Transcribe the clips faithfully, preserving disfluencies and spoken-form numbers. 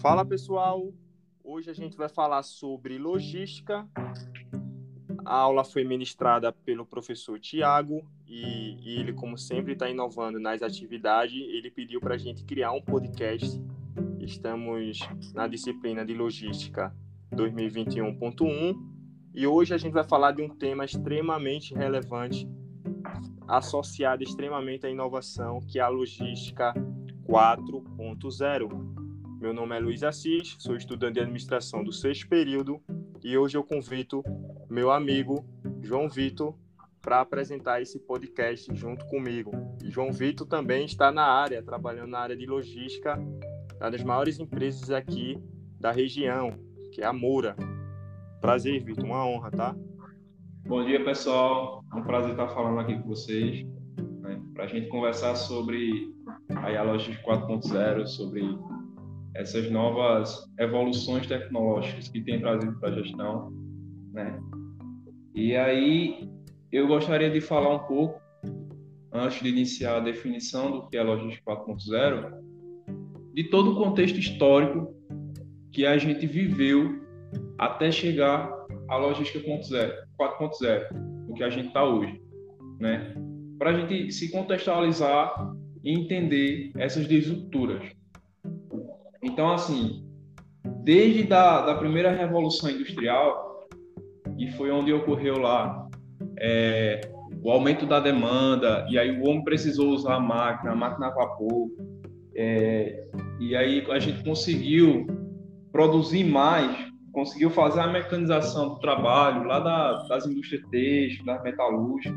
Fala pessoal, hoje a gente vai falar sobre logística. A aula foi ministrada pelo professor Tiago e, e ele, como sempre, está inovando nas atividades. Ele pediu para a gente criar um podcast. Estamos na disciplina de logística dois mil e vinte e um ponto um e hoje a gente vai falar de um tema extremamente relevante, associado extremamente à inovação, que é a logística quatro ponto zero. Meu nome é Luiz Assis, sou estudante de administração do sexto período e hoje eu convido meu amigo João Vitor para apresentar esse podcast junto comigo. E João Vitor também está na área, trabalhando na área de logística, uma das maiores empresas aqui da região, que é a Moura. Prazer, Vitor, uma honra, tá? Bom dia, pessoal. É um prazer estar falando aqui com vocês, né, para a gente conversar sobre aí a logística quatro ponto zero, sobre essas novas evoluções tecnológicas que tem trazido para a gestão, né? E aí eu gostaria de falar um pouco, antes de iniciar a definição do que é a logística quatro ponto zero, de todo o contexto histórico que a gente viveu até chegar à logística quatro ponto zero, o que a gente está hoje, né? Para a gente se contextualizar e entender essas disrupturas. Então, assim, desde da, da primeira Revolução Industrial, que foi onde ocorreu lá é, o aumento da demanda, e aí o homem precisou usar a máquina, a máquina a vapor, é, e aí a gente conseguiu produzir mais, conseguiu fazer a mecanização do trabalho lá da, das indústrias têxteis, das metalúrgicas.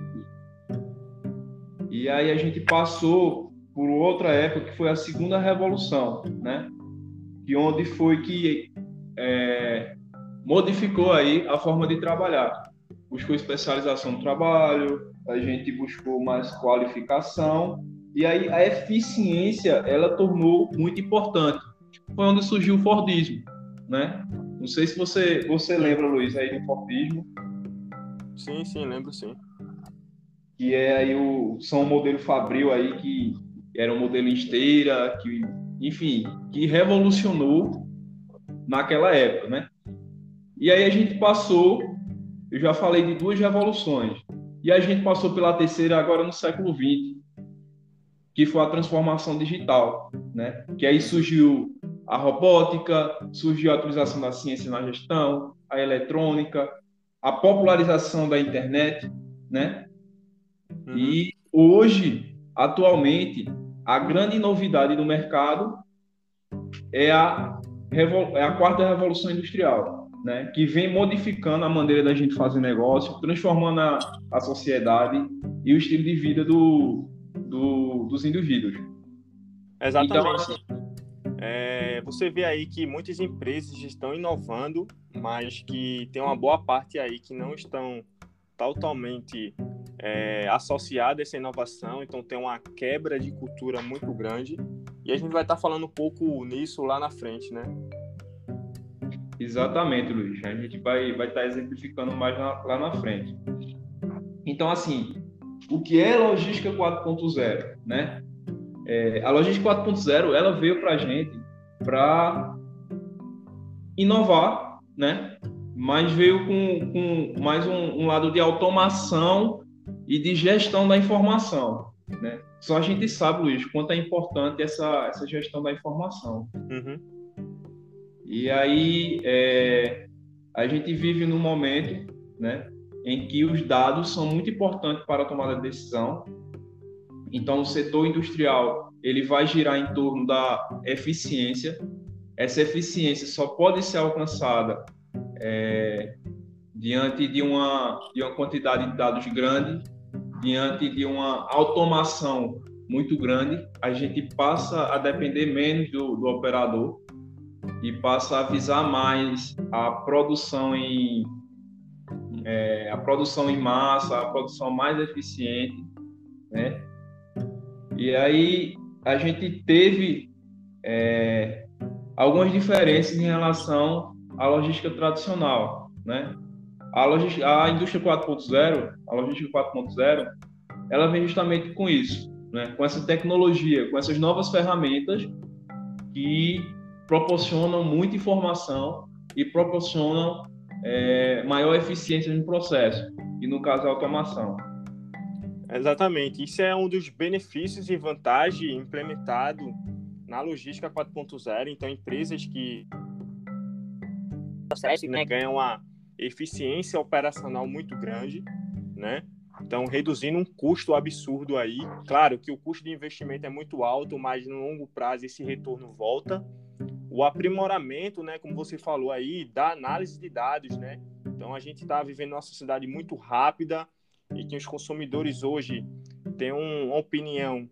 E aí a gente passou por outra época, que foi a segunda revolução, né? Que onde foi que é, modificou aí a forma de trabalhar. Buscou especialização no trabalho, a gente buscou mais qualificação, e aí a eficiência, ela tornou muito importante. Foi onde surgiu o Fordismo, né? Não sei se você, você lembra, Luiz, aí do Fordismo. Sim, sim, lembro sim. Que é aí o são um modelo Fabril aí, que era um modelo em esteira, que, enfim, que revolucionou naquela época, né? E aí a gente passou, eu já falei de duas revoluções, e a gente passou pela terceira agora no século vinte, que foi a transformação digital, né? Que aí surgiu a robótica, surgiu a utilização da ciência na gestão, a eletrônica, a popularização da internet, né? Uhum. E hoje, atualmente, a grande novidade do mercado é a, é a quarta revolução industrial, né? Que vem modificando a maneira da gente fazer negócio, transformando a, a sociedade e o estilo de vida do, do, dos indivíduos. Exatamente. Então, é, você vê aí que muitas empresas estão inovando, mas que tem uma boa parte aí que não estão totalmente é, associadas a essa inovação, então tem uma quebra de cultura muito grande, e a gente vai estar falando um pouco nisso lá na frente, né? Exatamente, Luiz. A gente vai, vai estar exemplificando mais na, lá na frente. Então, assim, o que é logística quatro ponto zero, né? É, a logística quatro ponto zero, ela veio para a gente para inovar, né? Mas veio com, com mais um, um lado de automação e de gestão da informação, né? Só a gente sabe, Luiz, quanto é importante essa, essa gestão da informação. Uhum. E aí, é, a gente vive num momento, né, em que os dados são muito importantes para a tomada de decisão. Então, o setor industrial, ele vai girar em torno da eficiência. Essa eficiência só pode ser alcançada é, diante de uma, de uma quantidade de dados grande, diante de uma automação muito grande. A gente passa a depender menos do, do operador e passa a visar mais a produção em, é, a produção em massa, a produção mais eficiente, né? E aí a gente teve é, algumas diferenças em relação à logística tradicional, né? A, logística, a indústria quatro ponto zero, a logística quatro ponto zero, ela vem justamente com isso, né? Com essa tecnologia, com essas novas ferramentas que proporcionam muita informação e proporcionam é, maior eficiência no processo, e no caso a automação. Exatamente, isso é um dos benefícios e vantagens implementado na logística quatro ponto zero. Então, empresas que né, ganham uma eficiência operacional muito grande, né? Então, reduzindo um custo absurdo aí. Claro que o custo de investimento é muito alto, mas no longo prazo esse retorno volta. O aprimoramento, né, como você falou aí, da análise de dados, né? Então, a gente está vivendo uma sociedade muito rápida e que os consumidores hoje têm um, uma opinião.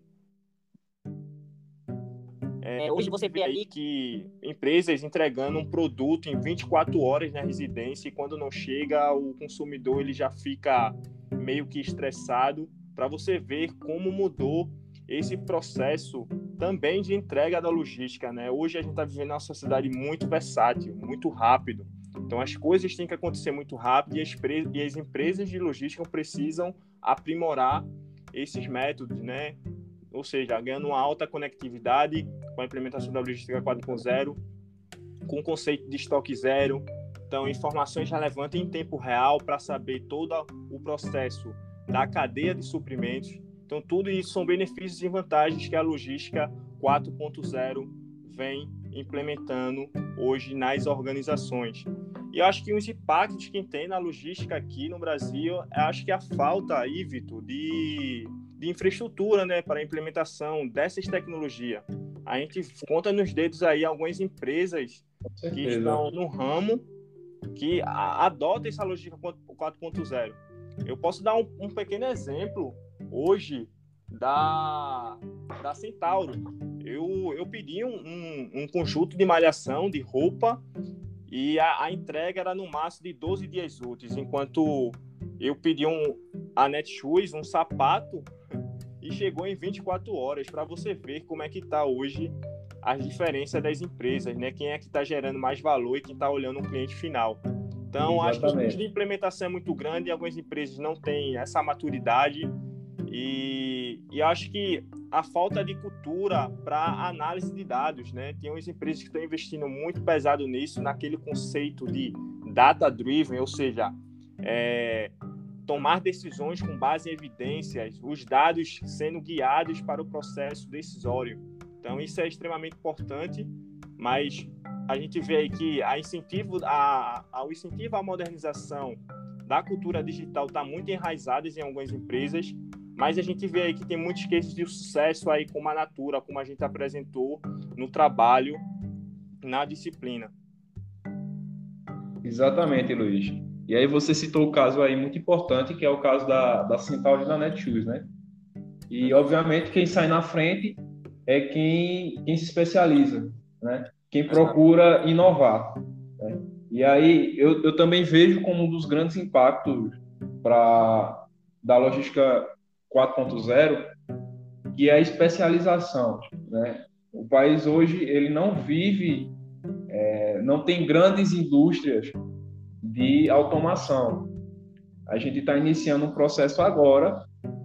É, hoje você vê aí que empresas entregando um produto em vinte e quatro horas na residência, e quando não chega, o consumidor ele já fica meio que estressado, para você ver como mudou esse processo também de entrega da logística, né? Hoje a gente está vivendo uma sociedade muito versátil, muito rápido. Então as coisas têm que acontecer muito rápido e as, e as empresas de logística precisam aprimorar esses métodos, né? Ou seja, ganhando uma alta conectividade com a implementação da logística quatro ponto zero, com o conceito de estoque zero. Então, informações relevantes em tempo real para saber todo o processo da cadeia de suprimentos. Então, tudo isso são benefícios e vantagens que a logística quatro ponto zero vem implementando hoje nas organizações. E eu acho que os impactos que tem na logística aqui no Brasil, eu acho que a falta aí, Vitor, de, de infraestrutura, né, para a implementação dessas tecnologias. A gente conta nos dedos aí algumas empresas que estão no ramo que adotam essa logística quatro ponto zero. Eu posso dar um, um pequeno exemplo hoje da, da Centauro. Eu, eu pedi um, um, um conjunto de malhação de roupa e a, a entrega era no máximo de doze dias úteis, enquanto eu pedi um, a Netshoes, um sapato, e chegou em vinte e quatro horas, para você ver como é que está hoje as diferenças das empresas, né? Quem é que está gerando mais valor e quem está olhando o cliente final. Então, exatamente, acho que o custo de implementação é muito grande e algumas empresas não têm essa maturidade e, e acho que a falta de cultura para análise de dados, né? Tem umas empresas que estão investindo muito pesado nisso, naquele conceito de data-driven, ou seja, é, tomar decisões com base em evidências, os dados sendo guiados para o processo decisório. Então, isso é extremamente importante, mas a gente vê aí que a incentivo, a, a, o incentivo à modernização da cultura digital está muito enraizado em algumas empresas, mas a gente vê aí que tem muitos cases de sucesso aí, como a Natura, como a gente apresentou no trabalho, na disciplina. Exatamente, Luiz. E aí você citou o caso aí muito importante, que é o caso da, da Centauro e da Netshoes, né? E, obviamente, quem sai na frente é quem, quem se especializa, né? Quem procura inovar, né? E aí eu, eu também vejo como um dos grandes impactos pra, da logística quatro ponto zero, que é a especialização, né? O país hoje ele não vive, é, não tem grandes indústrias de automação. A gente está iniciando um processo agora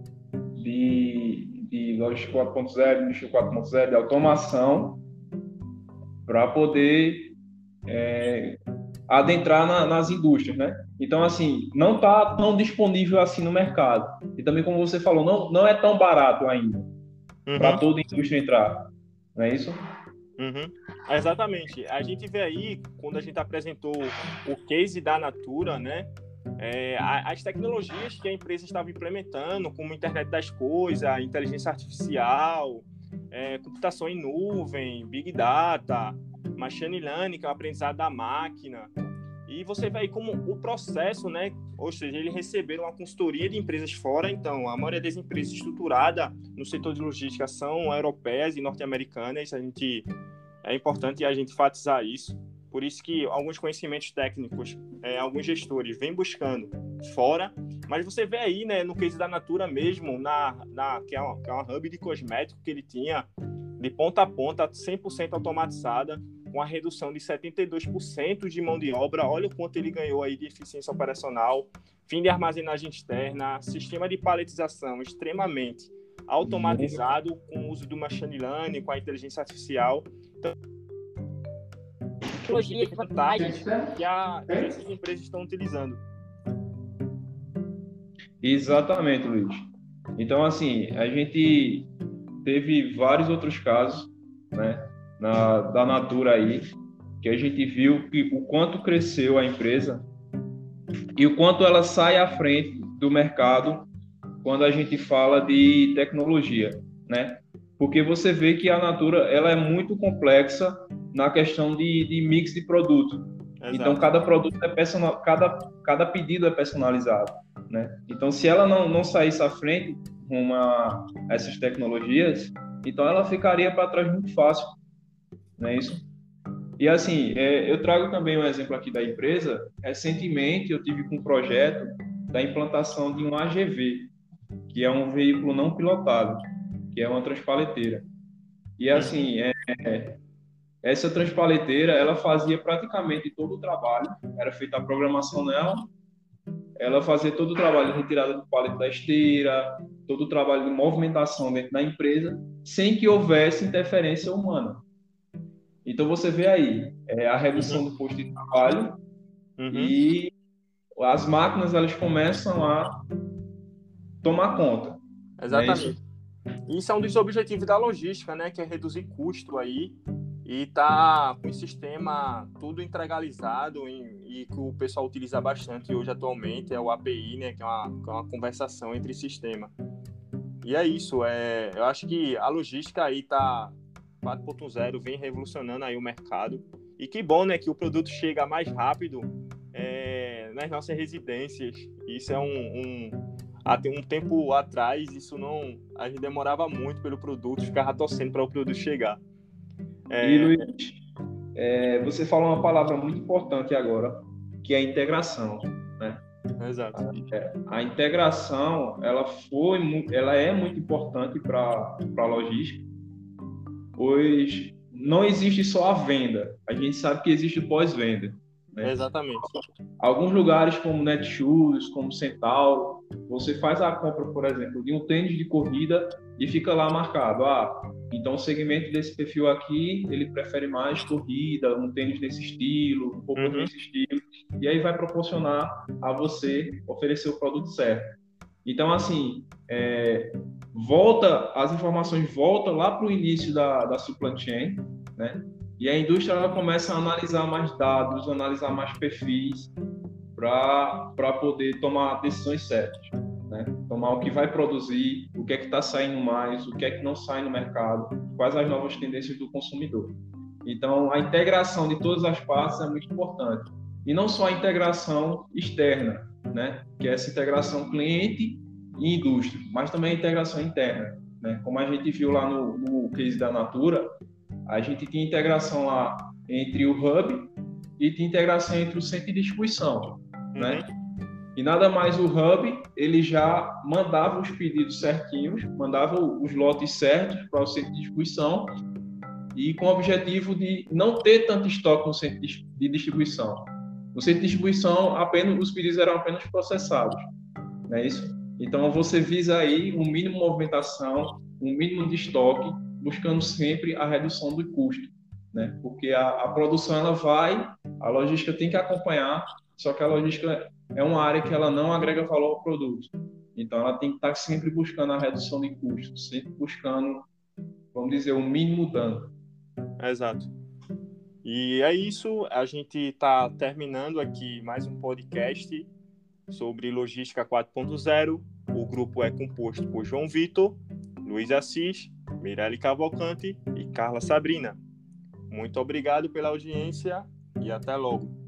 de, de logística quatro ponto zero, indústria quatro ponto zero, de automação, para poder é, adentrar na, nas indústrias, né? Então, assim, não está tão disponível assim no mercado. E também, como você falou, não, não é tão barato ainda uhum. para toda a indústria entrar. Não é isso? Uhum. Exatamente. A gente vê aí, quando a gente apresentou o case da Natura, né? É, as tecnologias que a empresa estava implementando, como a internet das coisas, inteligência artificial, é, computação em nuvem, big data, machine learning, que é o aprendizado da máquina. E você vê aí como o processo, né? Ou seja, eles receberam uma consultoria de empresas fora. Então, a maioria das empresas estruturadas no setor de logística são europeias e norte-americanas. A gente, é importante a gente enfatizar isso. Por isso que alguns conhecimentos técnicos, é, alguns gestores vêm buscando fora. Mas você vê aí, né, no case da Natura mesmo, na, na, que, é uma, que é uma hub de cosmético que ele tinha, de ponta a ponta, cem por cento automatizada, com a redução de setenta e dois por cento de mão de obra. Olha o quanto ele ganhou aí de eficiência operacional, fim de armazenagem externa, sistema de paletização extremamente automatizado, com o uso do machine learning, com a inteligência artificial. Então, tecnologia e vantagens que, a, que essas empresas estão utilizando. Exatamente, Luiz. Então, assim, a gente teve vários outros casos, né, na, da Natura aí, que a gente viu que o quanto cresceu a empresa e o quanto ela sai à frente do mercado quando a gente fala de tecnologia, né? Porque você vê que a Natura ela é muito complexa na questão de, de mix de produto. Exato. Então, cada produto é personal, cada, cada pedido é personalizado, né? Então, se ela não, não saísse à frente com uma, essas tecnologias, então ela ficaria para trás muito fácil, não é isso? E assim, é, eu trago também um exemplo aqui da empresa. Recentemente eu tive com um projeto da implantação de um A G V, que é um veículo não pilotado, que é uma transpaleteira. E assim, é, é, essa transpaleteira, ela fazia praticamente todo o trabalho, era feita a programação nela, ela fazia todo o trabalho de retirada do pallet da esteira, todo o trabalho de movimentação dentro da empresa, sem que houvesse interferência humana. Então você vê aí é, a redução uhum. do posto de trabalho uhum. e as máquinas elas começam a tomar conta. Exatamente. Isso? Isso é um dos objetivos da logística, né? Que é reduzir custo aí e tá com o sistema tudo integralizado em, e que o pessoal utiliza bastante hoje atualmente é o A P I, né? Que é uma, que é uma conversação entre sistema. E é isso. É, eu acho que a logística aí tá quatro ponto zero vem revolucionando aí o mercado. E que bom, né, que o produto chega mais rápido é, nas nossas residências. Isso é um, um... Até um tempo atrás, isso não... A gente demorava muito pelo produto, ficava torcendo para o produto chegar. É... E, Luiz, é, você falou uma palavra muito importante agora, que é a integração, né? Exato. A, a integração, ela, foi, ela é muito importante para a logística, pois não existe só a venda, a gente sabe que existe o pós-venda, né? Exatamente. Alguns lugares como Netshoes, como Centauro, você faz a compra, por exemplo, de um tênis de corrida e fica lá marcado, ah, então o segmento desse perfil aqui, ele prefere mais corrida, um tênis desse estilo, um pouco uhum. desse estilo, e aí vai proporcionar a você oferecer o produto certo. Então, assim, é, volta, as informações voltam lá para o início da, da supply chain, né? E a indústria ela começa a analisar mais dados, analisar mais perfis para poder tomar decisões certas, né? Tomar o que vai produzir, o que é que está saindo mais, o que é que não sai no mercado, quais as novas tendências do consumidor. Então, a integração de todas as partes é muito importante. E não só a integração externa, né? Que é essa integração cliente e indústria, mas também a integração interna, né? Como a gente viu lá no, no case da Natura, a gente tinha integração lá entre o hub e tinha integração entre o centro de distribuição, uhum. né? E nada mais o hub, ele já mandava os pedidos certinhos, mandava os lotes certos para o centro de distribuição e com o objetivo de não ter tanto estoque no centro de distribuição. No centro de distribuição, apenas, os pedidos eram apenas processados, não é isso? Então, você visa aí um mínimo de movimentação, um mínimo de estoque, buscando sempre a redução do custo, né? Porque a, a produção, ela vai, a logística tem que acompanhar, só que a logística é uma área que ela não agrega valor ao produto. Então, ela tem que estar sempre buscando a redução de custos, sempre buscando, vamos dizer, o mínimo dano. Exato. E é isso, a gente está terminando aqui mais um podcast sobre Logística quatro ponto zero. O grupo é composto por João Vitor, Luiz Assis, Mirelle Cavalcante e Carla Sabrina. Muito obrigado pela audiência e até logo.